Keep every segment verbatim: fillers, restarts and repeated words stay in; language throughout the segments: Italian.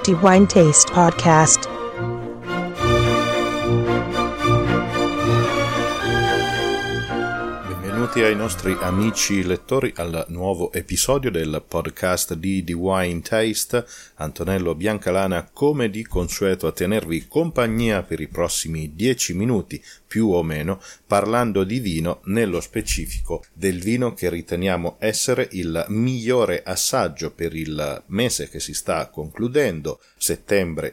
The Wine Taste Podcast. Benvenuti ai nostri amici lettori al nuovo episodio del podcast di The Wine Taste. Antonello Biancalana, come di consueto, a tenervi compagnia per i prossimi dieci minuti più o meno, parlando di vino, nello specifico del vino che riteniamo essere il migliore assaggio per il mese che si sta concludendo, settembre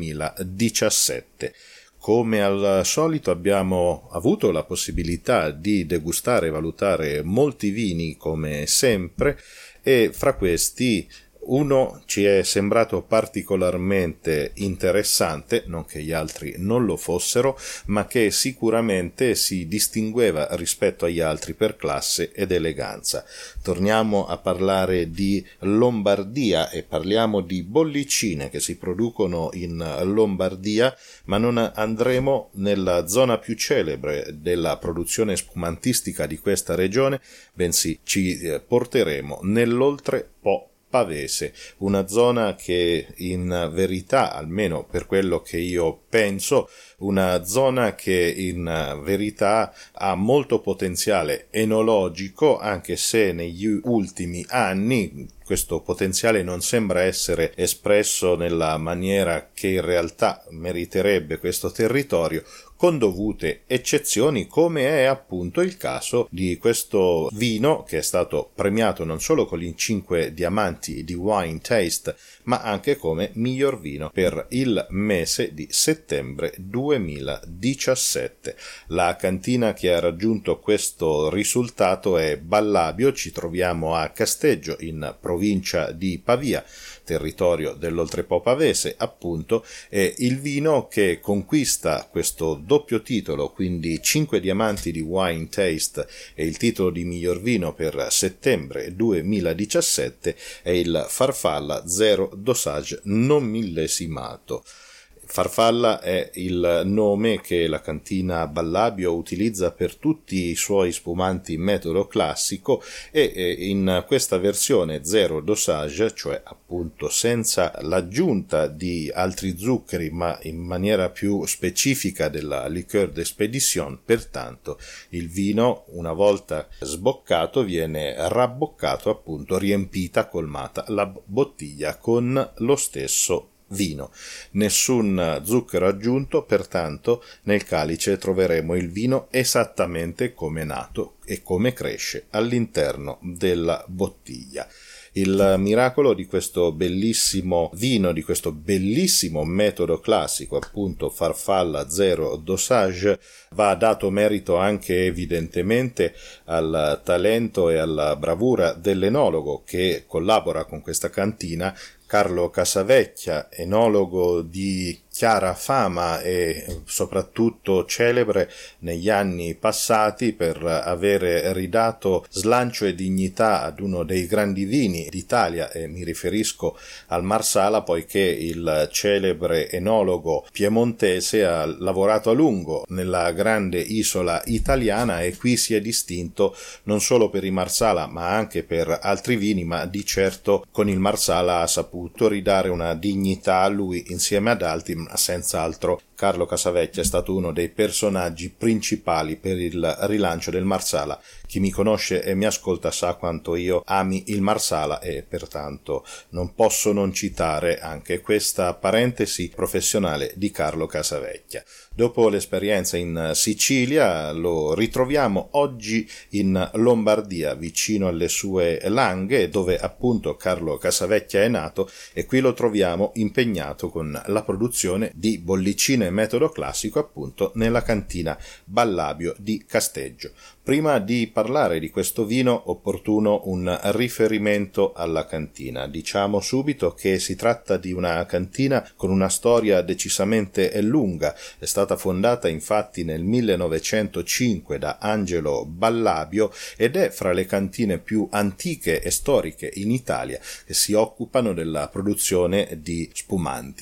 duemiladiciassette. Come al solito abbiamo avuto la possibilità di degustare e valutare molti vini come sempre, e fra questi uno ci è sembrato particolarmente interessante, non che gli altri non lo fossero, ma che sicuramente si distingueva rispetto agli altri per classe ed eleganza. Torniamo a parlare di Lombardia e parliamo di bollicine che si producono in Lombardia, ma non andremo nella zona più celebre della produzione spumantistica di questa regione, bensì ci porteremo nell'oltre Po Pavese, una zona che in verità, almeno per quello che io penso, una zona che in verità ha molto potenziale enologico, anche se negli ultimi anni questo potenziale non sembra essere espresso nella maniera che in realtà meriterebbe questo territorio, con dovute eccezioni, come è appunto il caso di questo vino che è stato premiato non solo con i cinque diamanti di Wine Taste, ma anche come miglior vino per il mese di settembre duemiladiciassette. La cantina che ha raggiunto questo risultato è Ballabio, ci troviamo a Casteggio in provincia di Pavia, territorio dell'Oltrepo Pavese appunto, e il vino che conquista questo doppio titolo, quindi cinque diamanti di Wine Taste e il titolo di miglior vino per settembre duemiladiciassette, è il Farfalla Zero Dosage non millesimato. Farfalla è il nome che la cantina Ballabio utilizza per tutti i suoi spumanti in metodo classico, e in questa versione zero dosage, cioè appunto senza l'aggiunta di altri zuccheri ma in maniera più specifica della liqueur d'expédition, pertanto il vino, una volta sboccato, viene rabboccato, appunto riempita, colmata la bottiglia con lo stesso vino. Nessun zucchero aggiunto, pertanto nel calice troveremo il vino esattamente come è nato e come cresce all'interno della bottiglia. Il miracolo di questo bellissimo vino, di questo bellissimo metodo classico, appunto Farfalla Zero Dosage, va dato merito anche evidentemente al talento e alla bravura dell'enologo che collabora con questa cantina, Carlo Casavecchia, enologo di chiara fama e soprattutto celebre negli anni passati per avere ridato slancio e dignità ad uno dei grandi vini d'Italia, e mi riferisco al Marsala, poiché il celebre enologo piemontese ha lavorato a lungo nella grande isola italiana e qui si è distinto non solo per i Marsala ma anche per altri vini, ma di certo con il Marsala ha saputo ridare una dignità a lui insieme ad altri, ma senz'altro Carlo Casavecchia è stato uno dei personaggi principali per il rilancio del Marsala. Chi mi conosce e mi ascolta sa quanto io ami il Marsala e pertanto non posso non citare anche questa parentesi professionale di Carlo Casavecchia. Dopo l'esperienza in Sicilia lo ritroviamo oggi in Lombardia, vicino alle sue Langhe, dove appunto Carlo Casavecchia è nato, e qui lo troviamo impegnato con la produzione di bollicine metodo classico, appunto nella cantina Ballabio di Casteggio. Prima di parlare di questo vino, opportuno un riferimento alla cantina. Diciamo subito che si tratta di una cantina con una storia decisamente lunga. È stata fondata infatti nel millenovecentocinque da Angelo Ballabio ed è fra le cantine più antiche e storiche in Italia che si occupano della produzione di spumanti.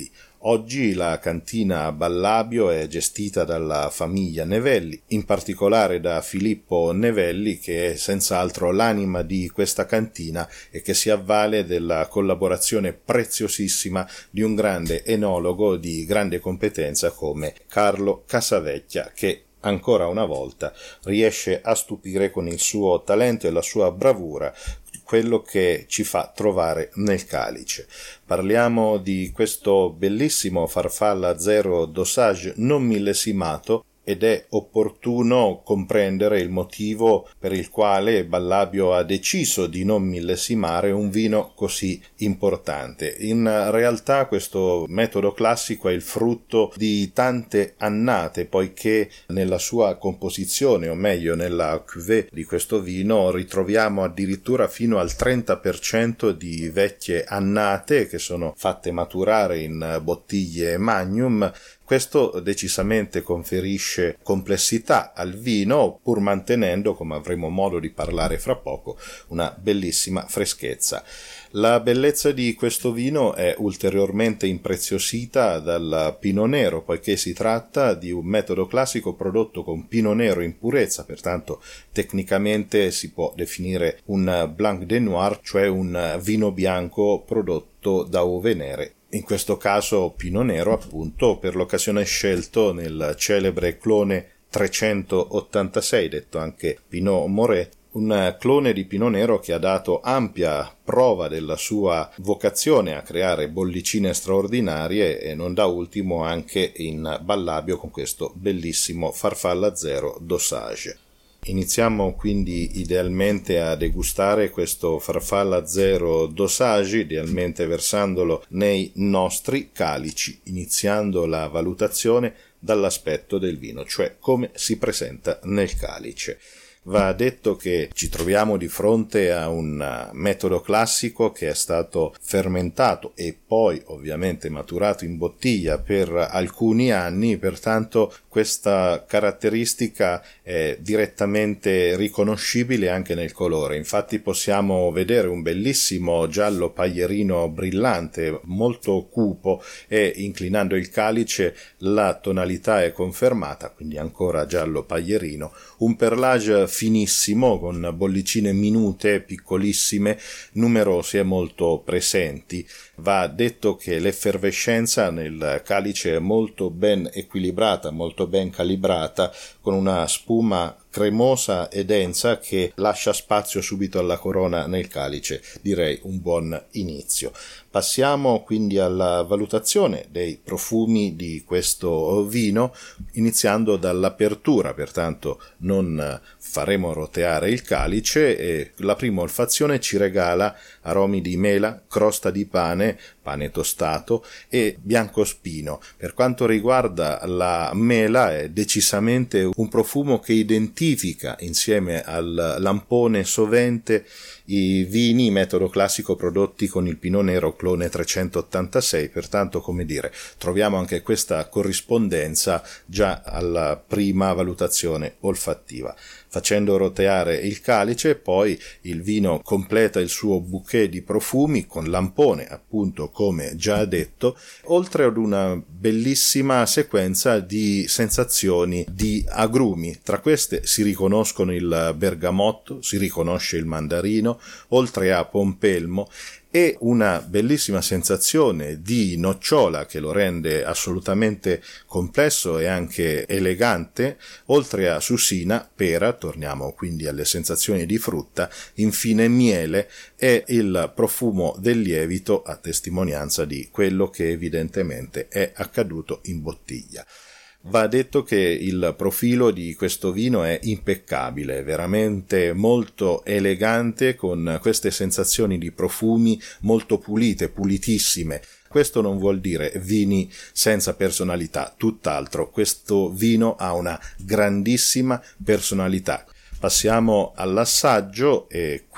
Oggi la cantina Ballabio è gestita dalla famiglia Nevelli, in particolare da Filippo Nevelli, che è senz'altro l'anima di questa cantina e che si avvale della collaborazione preziosissima di un grande enologo di grande competenza come Carlo Casavecchia, che ancora una volta riesce a stupire con il suo talento e la sua bravura quello che ci fa trovare nel calice. Parliamo di questo bellissimo farfalla zero dosage non millesimato, ed è opportuno comprendere il motivo per il quale Ballabio ha deciso di non millesimare un vino così importante. In realtà questo metodo classico è il frutto di tante annate, poiché nella sua composizione, o meglio nella cuvée di questo vino, ritroviamo addirittura fino al trenta per cento di vecchie annate che sono fatte maturare in bottiglie Magnum. Questo decisamente conferisce complessità al vino, pur mantenendo, come avremo modo di parlare fra poco, una bellissima freschezza. La bellezza di questo vino è ulteriormente impreziosita dal Pinot Nero, poiché si tratta di un metodo classico prodotto con Pinot Nero in purezza, pertanto tecnicamente si può definire un Blanc de Noir, cioè un vino bianco prodotto da uve nere. In questo caso Pinot Nero, appunto, per l'occasione scelto nel celebre clone trecentottantasei, detto anche Pinot Moret, un clone di Pinot Nero che ha dato ampia prova della sua vocazione a creare bollicine straordinarie, e non da ultimo anche in Ballabio con questo bellissimo farfalla zero dosage. Iniziamo quindi idealmente a degustare questo farfalla zero dosage, idealmente versandolo nei nostri calici, iniziando la valutazione dall'aspetto del vino, cioè come si presenta nel calice. Va detto che ci troviamo di fronte a un metodo classico che è stato fermentato e poi ovviamente maturato in bottiglia per alcuni anni, pertanto questa caratteristica è direttamente riconoscibile anche nel colore. Infatti possiamo vedere un bellissimo giallo paglierino brillante, molto cupo, e inclinando il calice la tonalità è confermata, quindi ancora giallo paglierino, un perlage finissimo con bollicine minute, piccolissime, numerose e molto presenti. Va detto che l'effervescenza nel calice è molto ben equilibrata, molto ben calibrata, con una spuma cremosa e densa che lascia spazio subito alla corona nel calice. Direi un buon inizio. Passiamo quindi alla valutazione dei profumi di questo vino, iniziando dall'apertura, pertanto non faremo roteare il calice, e la prima olfazione ci regala aromi di mela, crosta di pane, pane tostato e biancospino. Per quanto riguarda la mela, è decisamente un profumo che identifica insieme al lampone sovente i vini metodo classico prodotti con il Pinot Nero clone trecentottantasei, pertanto, come dire, troviamo anche questa corrispondenza già alla prima valutazione olfattiva. Facendo roteare il calice, poi il vino completa il suo bouquet di profumi con lampone, appunto come già detto, oltre ad una bellissima sequenza di sensazioni di agrumi. Tra queste si riconoscono il bergamotto, si riconosce il mandarino, oltre a pompelmo, e una bellissima sensazione di nocciola che lo rende assolutamente complesso e anche elegante, oltre a susina, pera, torniamo quindi alle sensazioni di frutta, infine miele e il profumo del lievito, a testimonianza di quello che evidentemente è accaduto in bottiglia. Va detto che il profilo di questo vino è impeccabile, veramente molto elegante, con queste sensazioni di profumi molto pulite, pulitissime. Questo non vuol dire vini senza personalità, tutt'altro, questo vino ha una grandissima personalità. Passiamo all'assaggio, e qui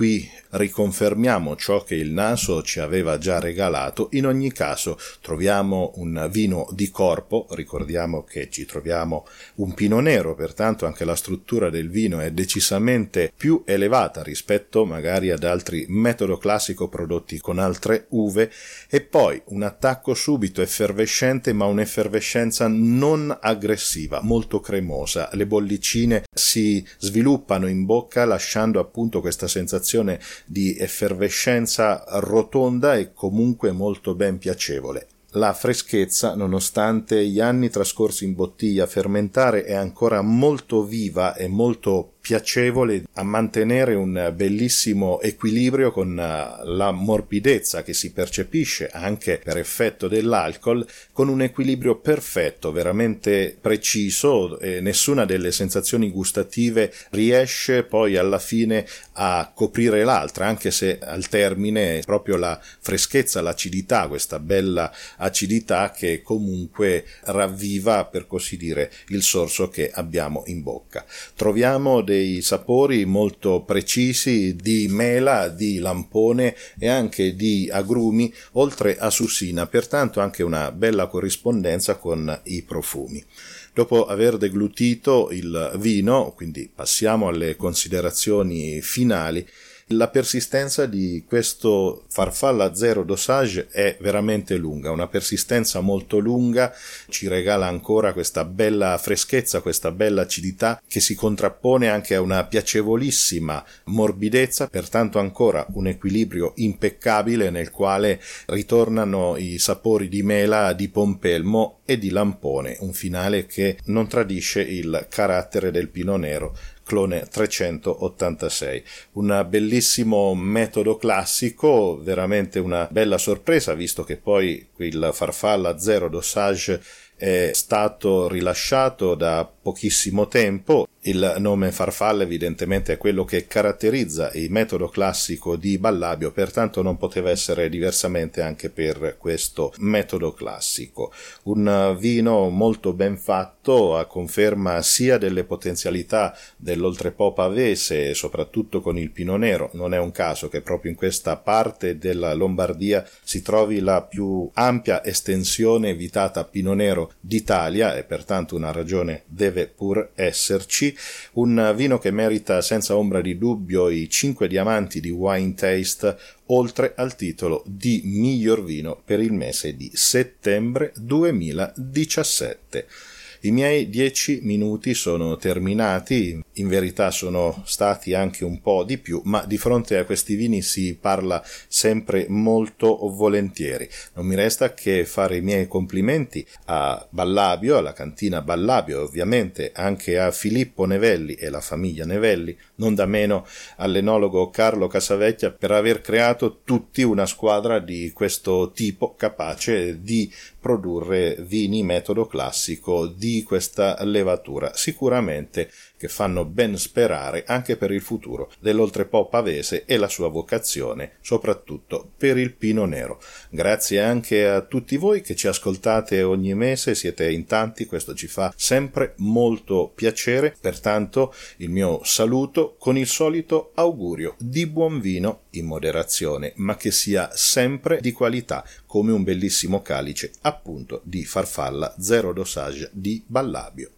riconfermiamo ciò che il naso ci aveva già regalato. In ogni caso troviamo un vino di corpo, ricordiamo che ci troviamo un Pinot Nero, pertanto anche la struttura del vino è decisamente più elevata rispetto magari ad altri metodo classico prodotti con altre uve, e poi un attacco subito effervescente, ma un'effervescenza non aggressiva, molto cremosa. Le bollicine si sviluppano in bocca lasciando appunto questa sensazione di effervescenza rotonda e comunque molto ben piacevole. La freschezza, nonostante gli anni trascorsi in bottiglia a fermentare, è ancora molto viva e molto piacevole a mantenere un bellissimo equilibrio con la morbidezza che si percepisce anche per effetto dell'alcol, con un equilibrio perfetto, veramente preciso, e nessuna delle sensazioni gustative riesce poi alla fine a coprire l'altra, anche se al termine è proprio la freschezza, l'acidità, questa bella acidità che comunque ravviva, per così dire, il sorso che abbiamo in bocca. Troviamo dei sapori molto precisi di mela, di lampone e anche di agrumi, oltre a susina, pertanto anche una bella corrispondenza con i profumi. Dopo aver deglutito il vino, quindi passiamo alle considerazioni finali. La persistenza di questo farfalla zero dosage è veramente lunga, una persistenza molto lunga, ci regala ancora questa bella freschezza, questa bella acidità che si contrappone anche a una piacevolissima morbidezza, pertanto ancora un equilibrio impeccabile nel quale ritornano i sapori di mela, di pompelmo e di lampone, un finale che non tradisce il carattere del Pinot Nero clone trecentottantasei. Un bellissimo metodo classico, veramente una bella sorpresa, visto che poi il farfalla zero dosage è stato rilasciato da pochissimo tempo. Il nome farfalla evidentemente è quello che caratterizza il metodo classico di Ballabio, pertanto non poteva essere diversamente anche per questo metodo classico. Un vino molto ben fatto, a conferma sia delle potenzialità dell'oltrepo pavese, soprattutto con il Pinot Nero. Non è un caso che proprio in questa parte della Lombardia si trovi la più ampia estensione vitata Pinot Nero d'Italia, e pertanto una ragione deve pur esserci. Un vino che merita senza ombra di dubbio i cinque diamanti di Wine Taste, oltre al titolo di miglior vino per il mese di settembre duemiladiciassette. I miei dieci minuti sono terminati, in verità sono stati anche un po' di più, ma di fronte a questi vini si parla sempre molto volentieri. Non mi resta che fare i miei complimenti a Ballabio, alla cantina Ballabio, ovviamente anche a Filippo Nevelli e la famiglia Nevelli, non da meno all'enologo Carlo Casavecchia, per aver creato tutti una squadra di questo tipo capace di produrre vini metodo classico di questa levatura, sicuramente che fanno ben sperare anche per il futuro dell'oltrepo pavese e la sua vocazione, soprattutto per il Pinot Nero. Grazie anche a tutti voi che ci ascoltate ogni mese, siete in tanti, questo ci fa sempre molto piacere. Pertanto il mio saluto con il solito augurio di buon vino in moderazione, ma che sia sempre di qualità, come un bellissimo calice appunto di farfalla zero dosage di Ballabio.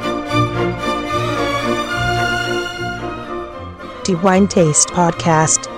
The Wine Taste Podcast.